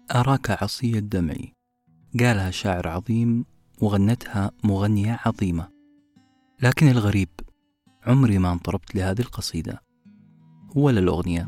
أراك عصي الدمع قالها شاعر عظيم وغنتها مغنية عظيمة، لكن الغريب عمري ما انطربت لهذه القصيدة ولا الأغنية.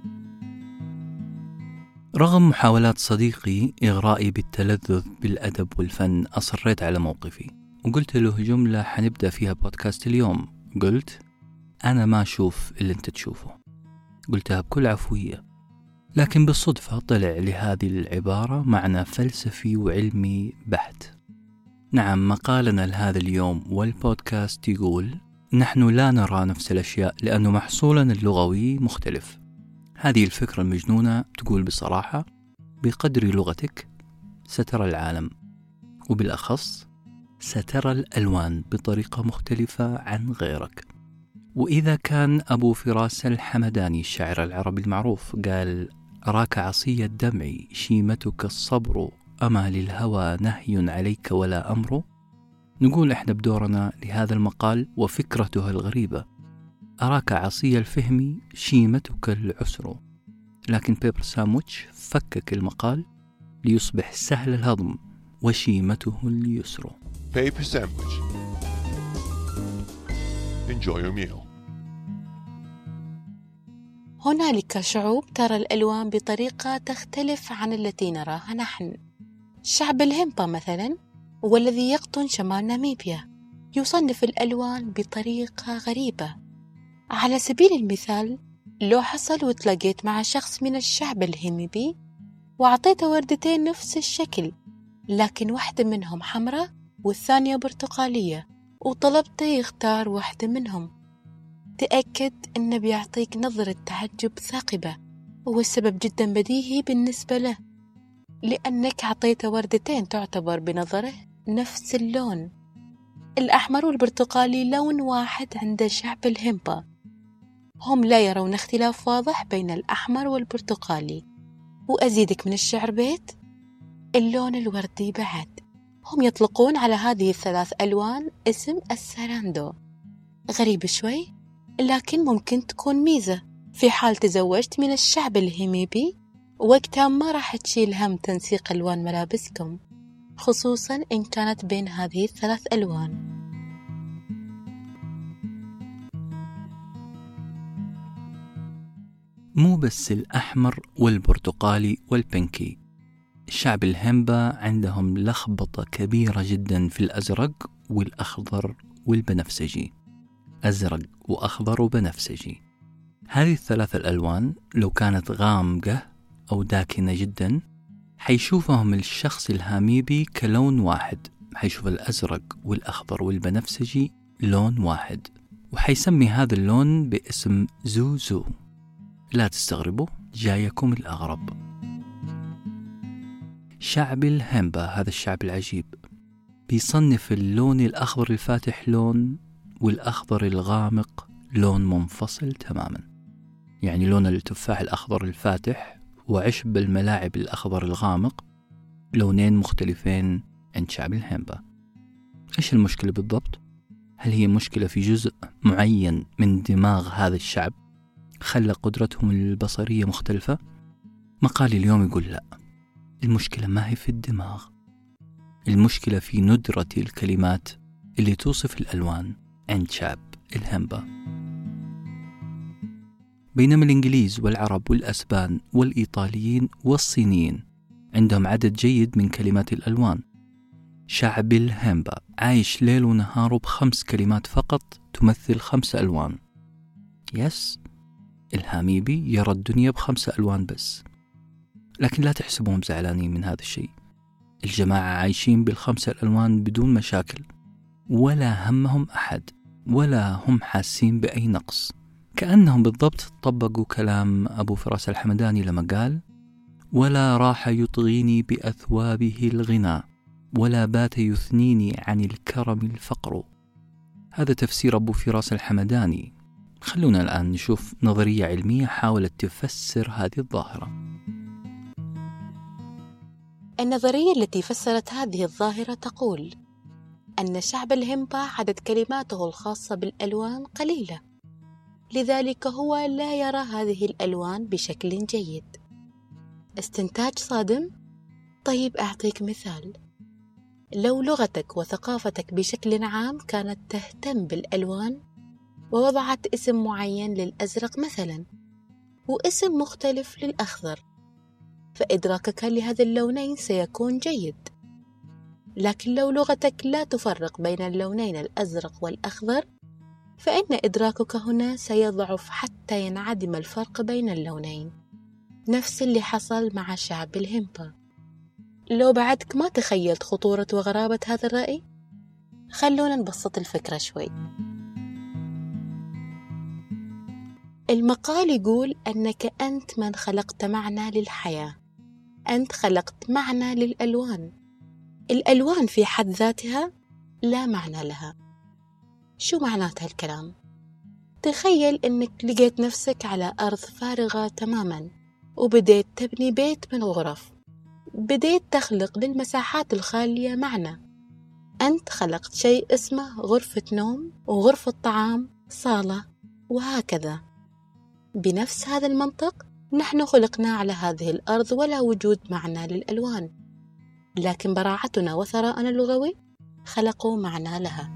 رغم محاولات صديقي إغرائي بالتلذذ بالأدب والفن، أصريت على موقفي وقلت له جملة حنبدأ فيها بودكاست اليوم. قلت: أنا ما أشوف اللي أنت تشوفه. قلتها بكل عفوية، لكن بالصدفة طلع لهذه العبارة معنى فلسفي وعلمي بحت. نعم، مقالنا لهذا اليوم والبودكاست يقول: نحن لا نرى نفس الأشياء لأن محصولنا اللغوي مختلف. هذه الفكرة المجنونة تقول بصراحة: بقدر لغتك سترى العالم، وبالأخص سترى الألوان بطريقة مختلفة عن غيرك. وإذا كان أبو فراس الحمداني الشاعر العربي المعروف قال: أراك عصي الدمع شيمتك الصبر، أما للهوى نهي عليك ولا أمر، نقول إحنا بدورنا لهذا المقال وفكرته الغريبة: أراك عصي الفهم شيمتك العسر. لكن بيبر ساندويتش فكك المقال ليصبح سهل الهضم وشيمته اليسر. Paper sandwich. Enjoy your meal. هنالك شعوب ترى الألوان بطريقة تختلف عن التي نراها نحن. شعب الهمبا مثلا، والذي يقطن شمال ناميبيا، يصنف الألوان بطريقة غريبة. على سبيل المثال، لو حصل وتلاقيت مع شخص من الشعب الهيميبي وعطيته وردتين نفس الشكل، لكن واحدة منهم حمراء والثانية برتقالية، وطلبته يختار واحدة منهم، تأكد إنه بيعطيك نظرة تعجب ثاقبة. والسبب جدا بديهي بالنسبة له، لأنك عطيته وردتين تعتبر بنظره نفس اللون. الأحمر والبرتقالي لون واحد عند شعب الهمبا، هم لا يرون اختلاف واضح بين الأحمر والبرتقالي. وأزيدك من الشعر بيت، اللون الوردي بعد، هم يطلقون على هذه الثلاث ألوان اسم الساراندو. غريب شوي، لكن ممكن تكون ميزة في حال تزوجت من الشعب الهيميبي، وقتها ما راح تشيل هم تنسيق ألوان ملابسكم، خصوصا إن كانت بين هذه الثلاث ألوان. مو بس الأحمر والبرتقالي والبنكي، الشعب الهمبا عندهم لخبطة كبيرة جدا في الأزرق والأخضر والبنفسجي. أزرق وأخضر وبنفسجي، هذه الثلاث الألوان لو كانت غامقة أو داكنة جدا حيشوفهم الشخص الهاميبي كلون واحد، حيشوف الأزرق والأخضر والبنفسجي لون واحد، وحيسمي هذا اللون باسم زوزو. لا تستغربوا، جايكم الأغرب. شعب الهمبا، هذا الشعب العجيب، بيصنف اللون الأخضر الفاتح لون، والأخضر الغامق لون منفصل تماما. يعني لون التفاح الأخضر الفاتح وعشب الملاعب الأخضر الغامق لونين مختلفين عند شعب الهمبا. إيش المشكلة بالضبط؟ هل هي مشكلة في جزء معين من دماغ هذا الشعب خلى قدرتهم البصرية مختلفة؟ مقالي اليوم يقول لا، المشكلة ما هي في الدماغ، المشكلة في ندرة الكلمات اللي توصف الألوان عند شعب الهمبا. بينما الإنجليز والعرب والأسبان والإيطاليين والصينيين عندهم عدد جيد من كلمات الألوان، شعب الهمبا عايش ليل ونهار ب5 كلمات فقط تمثل 5 ألوان. يس، الهاميبي يرى الدنيا ب5 ألوان بس، لكن لا تحسبهم زعلانين من هذا الشيء. الجماعة عايشين بال5 الألوان بدون مشاكل، ولا همهم أحد، ولا هم حاسين بأي نقص. كأنهم بالضبط طبقوا كلام أبو فراس الحمداني لما قال: ولا راح يطغيني بأثوابه الغنى، ولا بات يثنيني عن الكرم الفقر. هذا تفسير أبو فراس الحمداني. خلونا الآن نشوف نظرية علمية حاولت تفسر هذه الظاهرة. النظرية التي فسرت هذه الظاهرة تقول أن شعب الهمبا عدد كلماته الخاصة بالألوان قليلة، لذلك هو لا يرى هذه الألوان بشكل جيد. استنتاج صادم؟ طيب أعطيك مثال، لو لغتك وثقافتك بشكل عام كانت تهتم بالألوان ووضعت اسم معين للأزرق مثلا واسم مختلف للأخضر، فإدراكك لهذا اللونين سيكون جيد. لكن لو لغتك لا تفرق بين اللونين الأزرق والأخضر، فإن إدراكك هنا سيضعف حتى ينعدم الفرق بين اللونين، نفس اللي حصل مع شعب الهمبا. لو بعدك ما تخيلت خطورة وغرابة هذا الرأي، خلونا نبسط الفكرة شوي. المقال يقول أنك أنت من خلقت معنى للحياة، أنت خلقت معنى للألوان. الألوان في حد ذاتها لا معنى لها. شو معنات هالكلام؟ تخيل أنك لقيت نفسك على أرض فارغة تماما وبديت تبني بيت من غرف، بديت تخلق للمساحات الخالية معنى. أنت خلقت شيء اسمه غرفة نوم وغرفة طعام، صالة، وهكذا. بنفس هذا المنطق نحن خلقنا على هذه الأرض ولا وجود معنى للألوان، لكن براعتنا وثراءنا اللغوي خلقوا معنى لها.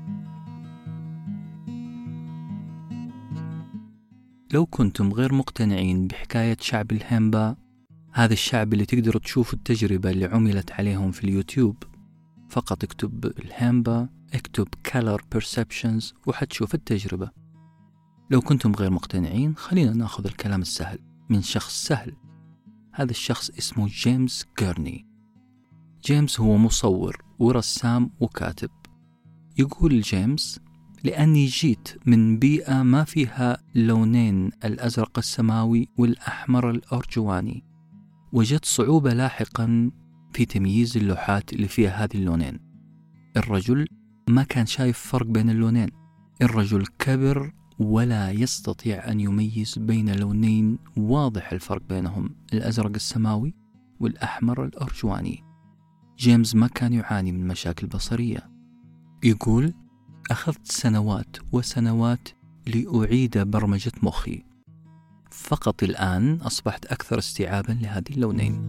لو كنتم غير مقتنعين بحكاية شعب الهمبا، هذا الشعب اللي تقدروا تشوفوا التجربة اللي عملت عليهم في اليوتيوب، فقط اكتب الهمبا، اكتب color perceptions وحتشوف التجربة. لو كنتم غير مقتنعين، خلينا ناخذ الكلام السهل من شخص سهل. هذا الشخص اسمه جيمس جيرني. جيمس هو مصور ورسام وكاتب. يقول جيمس: لأني جيت من بيئة ما فيها لونين، الأزرق السماوي والأحمر الأرجواني، وجدت صعوبة لاحقا في تمييز اللوحات اللي فيها هذه اللونين. الرجل ما كان شايف فرق بين اللونين، الرجل كبر ولا يستطيع أن يميز بين لونين واضح الفرق بينهم، الأزرق السماوي والأحمر الأرجواني. جيمس ما كان يعاني من مشاكل بصرية. يقول: أخذت سنوات وسنوات لأعيد برمجة مخي، فقط الآن أصبحت أكثر استيعابا لهذه اللونين.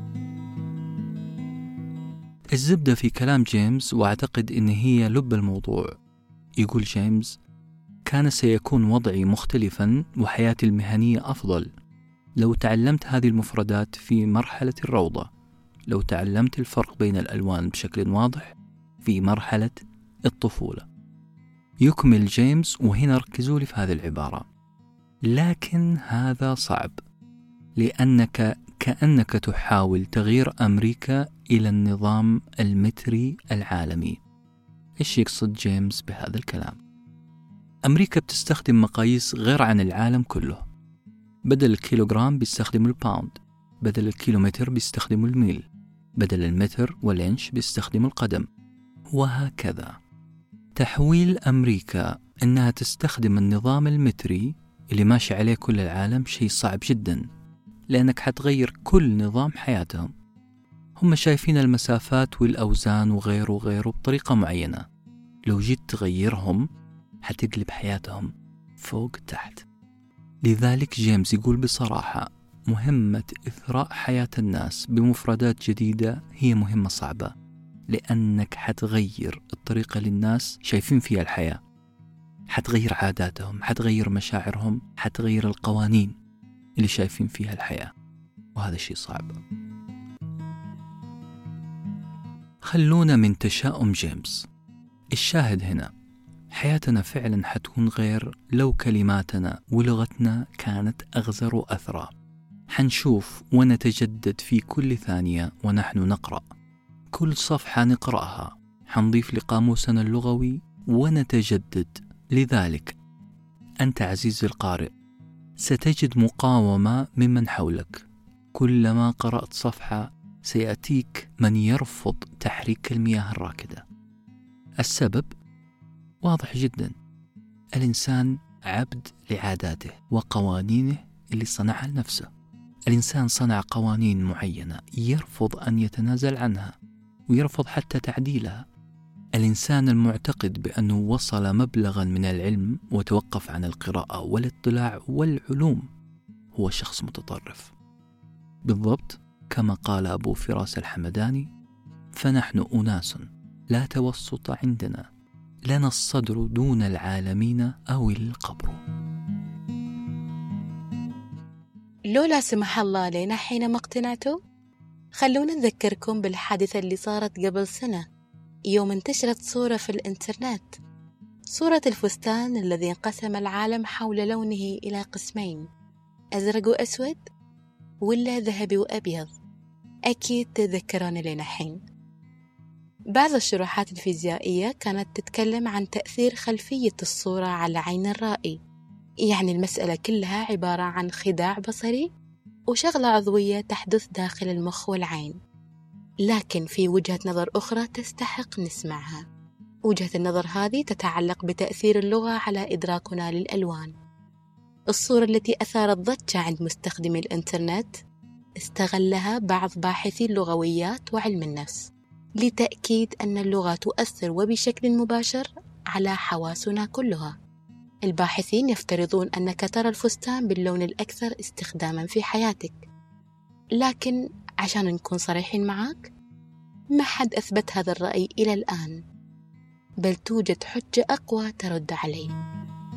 الزبدة في كلام جيمس، وأعتقد أن هي لب الموضوع. يقول جيمس: كان سيكون وضعي مختلفا وحياتي المهنية أفضل لو تعلمت هذه المفردات في مرحلة الروضة، لو تعلمت الفرق بين الألوان بشكل واضح في مرحلة الطفولة. يكمل جيمس، وهنا ركزوا لي في هذه العبارة: لكن هذا صعب لأنك كأنك تحاول تغيير أمريكا إلى النظام المتري العالمي. إيش يقصد جيمس بهذا الكلام؟ أمريكا بتستخدم مقاييس غير عن العالم كله. بدل الكيلوغرام بيستخدموا الباوند، بدل الكيلومتر بيستخدموا الميل، بدل المتر والإنش بيستخدموا القدم، وهكذا. تحويل أمريكا أنها تستخدم النظام المتري اللي ماشي عليه كل العالم شيء صعب جدا، لأنك حتغير كل نظام حياتهم. هم شايفين المسافات والأوزان وغيره وغيره بطريقة معينة، لو جيت تغيرهم حتقلب حياتهم فوق تحت. لذلك جيمس يقول بصراحة: مهمة إثراء حياة الناس بمفردات جديدة هي مهمة صعبة، لأنك حتغير الطريقة اللي الناس شايفين فيها الحياة، حتغير عاداتهم، حتغير مشاعرهم، حتغير القوانين اللي شايفين فيها الحياة، وهذا شيء صعب. خلونا من تشاؤم جيمس. الشاهد هنا: حياتنا فعلا حتكون غير لو كلماتنا ولغتنا كانت أغزر وأثرى. حنشوف ونتجدد في كل ثانية ونحن نقرأ، كل صفحة نقرأها حنضيف لقاموسنا اللغوي ونتجدد. لذلك أنت عزيزي القارئ ستجد مقاومة ممن حولك. كلما قرأت صفحة سيأتيك من يرفض تحريك المياه الراكدة. السبب واضح جدا: الإنسان عبد لعاداته وقوانينه اللي صنعها لنفسه. الإنسان صنع قوانين معينة يرفض أن يتنازل عنها ويرفض حتى تعديلها. الإنسان المعتقد بأنه وصل مبلغا من العلم وتوقف عن القراءة والاطلاع والعلوم هو شخص متطرف. بالضبط كما قال أبو فراس الحمداني: فنحن أناس لا توسط عندنا، لنا الصدر دون العالمين أو القبر. لو لا سمح الله لنا حينما اقتنعتوا، خلونا نذكركم بالحادثة اللي صارت قبل سنة، يوم انتشرت صورة في الإنترنت، صورة الفستان الذي انقسم العالم حول لونه إلى قسمين، أزرق وأسود ولا ذهبي وأبيض. أكيد تذكرون لنا حين. بعض الشروحات الفيزيائية كانت تتكلم عن تأثير خلفية الصورة على عين الرائي، يعني المسألة كلها عبارة عن خداع بصري وشغلة عضوية تحدث داخل المخ والعين. لكن في وجهة نظر أخرى تستحق نسمعها. وجهة النظر هذه تتعلق بتأثير اللغة على إدراكنا للألوان. الصورة التي أثارت ضجة عند مستخدمي الإنترنت استغلها بعض باحثي اللغويات وعلم النفس لتأكيد أن اللغة تؤثر وبشكل مباشر على حواسنا كلها. الباحثين يفترضون أنك ترى الفستان باللون الأكثر استخداما في حياتك، لكن عشان نكون صريحين معك، ما حد أثبت هذا الرأي إلى الآن، بل توجد حجة أقوى ترد عليه.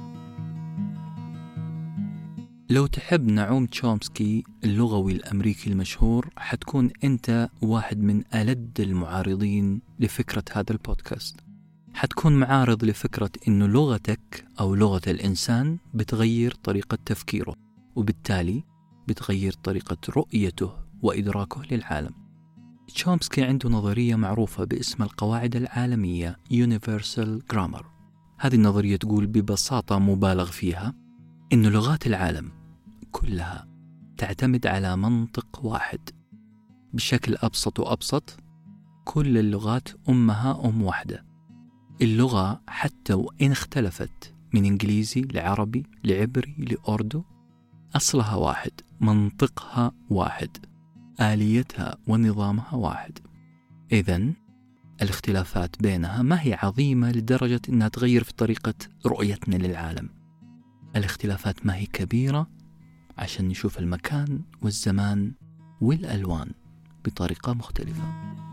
لو تحب نعوم تشومسكي اللغوي الأمريكي المشهور، حتكون أنت واحد من ألد المعارضين لفكرة هذا البودكاست. حتكون معارض لفكرة إنه لغتك أو لغة الإنسان بتغير طريقة تفكيره، وبالتالي بتغير طريقة رؤيته وإدراكه للعالم. تشومسكي عنده نظرية معروفة باسم القواعد العالمية Universal Grammar. هذه النظرية تقول ببساطة مبالغ فيها إن لغات العالم كلها تعتمد على منطق واحد. بشكل أبسط وأبسط، كل اللغات أمها أم واحدة. اللغة حتى وإن اختلفت من إنجليزي لعربي لعبري لأردو، أصلها واحد، منطقها واحد، آليتها ونظامها واحد. إذن الاختلافات بينها ما هي عظيمة لدرجة أنها تغير في طريقة رؤيتنا للعالم. الاختلافات ما هي كبيرة عشان نشوف المكان والزمان والألوان بطريقة مختلفة.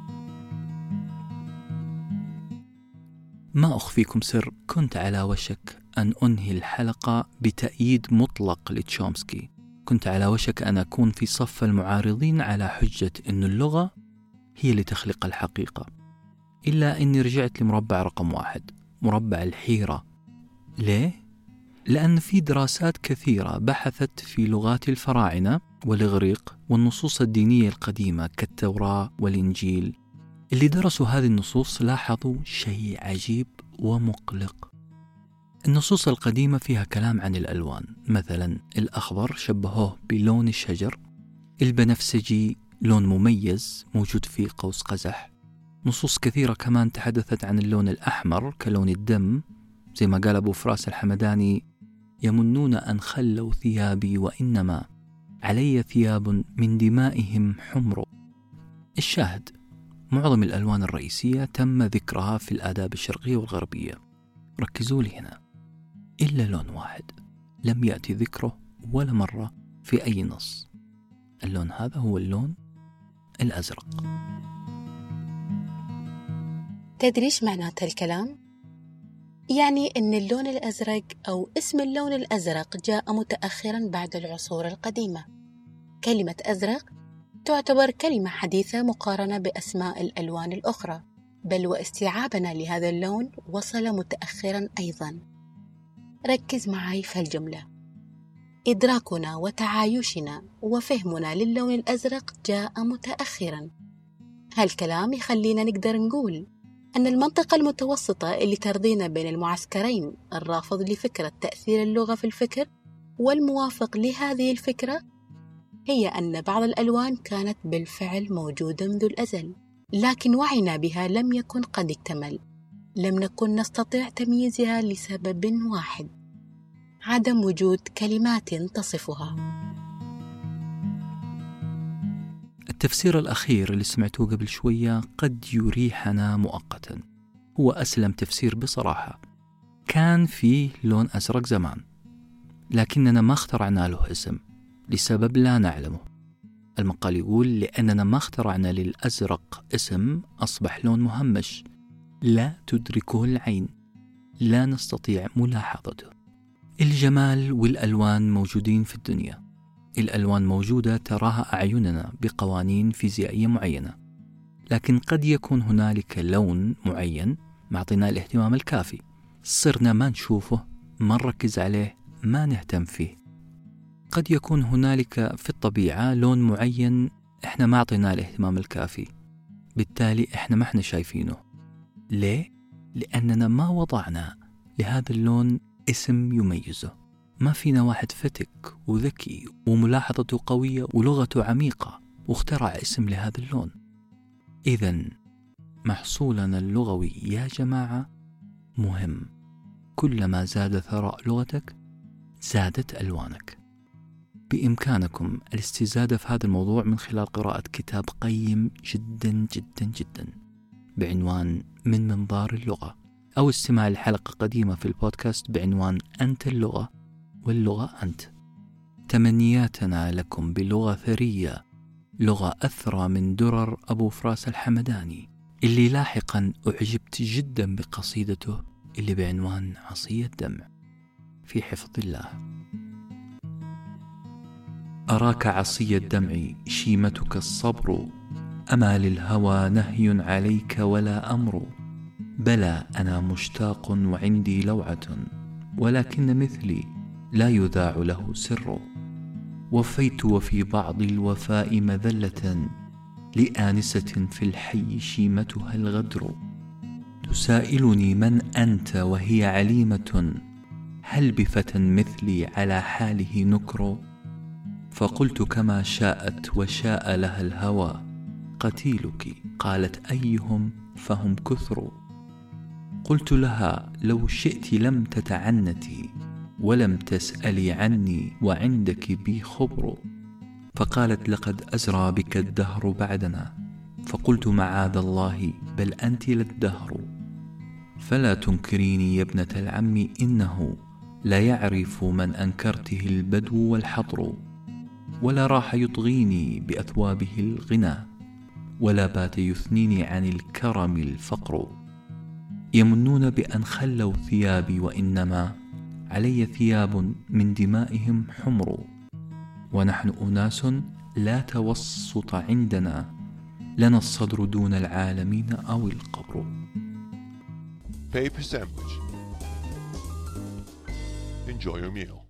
ما أخفيكم سر، كنت على وشك أن أنهي الحلقة بتأييد مطلق لتشومسكي. كنت على وشك أن أكون في صف المعارضين على حجة أن اللغة هي اللي تخلق الحقيقة، إلا أني رجعت لمربع رقم 1، مربع الحيرة. ليه؟ لأن في دراسات كثيرة بحثت في لغات الفراعنة والإغريق والنصوص الدينية القديمة كالتوراة والإنجيل. اللي درسوا هذه النصوص لاحظوا شيء عجيب ومقلق. النصوص القديمة فيها كلام عن الألوان، مثلا الأخضر شبهوه بلون الشجر، البنفسجي لون مميز موجود في قوس قزح. نصوص كثيرة كمان تحدثت عن اللون الأحمر كلون الدم، زي ما قال أبو فراس الحمداني: يمنون أن خلوا ثيابي وإنما علي ثياب من دمائهم حمر. الشاهد، معظم الألوان الرئيسية تم ذكرها في الآداب الشرقية والغربية. ركزوا لي هنا، إلا لون واحد لم يأتي ذكره ولا مرة في أي نص. اللون هذا هو اللون الأزرق. تدري إيش معنات الكلام؟ يعني أن اللون الأزرق أو اسم اللون الأزرق جاء متأخرا بعد العصور القديمة. كلمة أزرق تعتبر كلمة حديثة مقارنة بأسماء الألوان الأخرى، بل واستيعابنا لهذا اللون وصل متأخرا أيضا. ركز معي في الجملة: إدراكنا وتعايشنا وفهمنا للون الأزرق جاء متأخرا. هالكلام يخلينا نقدر نقول أن المنطقة المتوسطة اللي ترضينا بين المعسكرين، الرافض لفكرة تأثير اللغة في الفكر والموافق لهذه الفكرة، هي أن بعض الألوان كانت بالفعل موجودة منذ الأزل، لكن وعينا بها لم يكن قد اكتمل. لم نكن نستطيع تمييزها لسبب واحد: عدم وجود كلمات تصفها. التفسير الأخير اللي سمعتوه قبل شوية قد يريحنا مؤقتا، هو أسلم تفسير بصراحة. كان فيه لون أزرق زمان، لكننا ما اخترعنا له اسم لسبب لا نعلمه. المقال يقول لأننا ما اخترعنا للأزرق اسم أصبح لون مهمش لا تدركه العين، لا نستطيع ملاحظته. الجمال والألوان موجودين في الدنيا، الألوان موجودة تراها أعيننا بقوانين فيزيائية معينة، لكن قد يكون هنالك لون معين ما أعطيناه الاهتمام الكافي، صرنا ما نشوفه، ما نركز عليه، ما نهتم فيه. قد يكون هنالك في الطبيعة لون معين إحنا ما أعطيناه الاهتمام الكافي، بالتالي إحنا ما إحنا شايفينه. ليه؟ لأننا ما وضعنا لهذا اللون اسم يميزه. ما فينا واحد فتك وذكي وملاحظته قوية ولغته عميقة واخترع اسم لهذا اللون. إذن محصولنا اللغوي يا جماعة مهم. كلما زاد ثراء لغتك زادت ألوانك. بإمكانكم الاستزادة في هذا الموضوع من خلال قراءة كتاب قيم جدا جدا جدا بعنوان من منظار اللغة، أو استماع لحلقة قديمة في البودكاست بعنوان أنت اللغة واللغة أنت. تمنياتنا لكم بلغة ثرية، لغة أثرى من درر أبو فراس الحمداني، اللي لاحقا أعجبت جدا بقصيدته اللي بعنوان عصي الدمع. في حفظ الله. أراك عصي الدمع شيمتك الصبر، أما للهوى نهي عليك ولا أمر. بلى أنا مشتاق وعندي لوعة، ولكن مثلي لا يذاع له سر. وفيت وفي بعض الوفاء مذلة، لآنسة في الحي شيمتها الغدر. تسائلني من أنت وهي عليمة، هل بفتى مثلي على حاله نكر. فقلت كما شاءت وشاء لها الهوى، قتيلك. قالت أيهم فهم كثر. قلت لها لو شئت لم تتعنتي، ولم تسألي عني وعندك بي خبر. فقالت لقد أزرى بك الدهر بعدنا. فقلت معاذ الله بل أنت للدهر. فلا تنكريني يا ابنة العم، إنه لا يعرف من أنكرته البدو والحضر. ولا راح يطغيني بأثوابه الغنى، ولا بات يثنيني عن الكرم الفقر. يمنون بأن خلوا ثيابي، وإنما علي ثياب من دمائهم حمر. ونحن أناس لا توسط عندنا، لنا الصدر دون العالمين أو القبر. Paper sandwich. Enjoy your meal.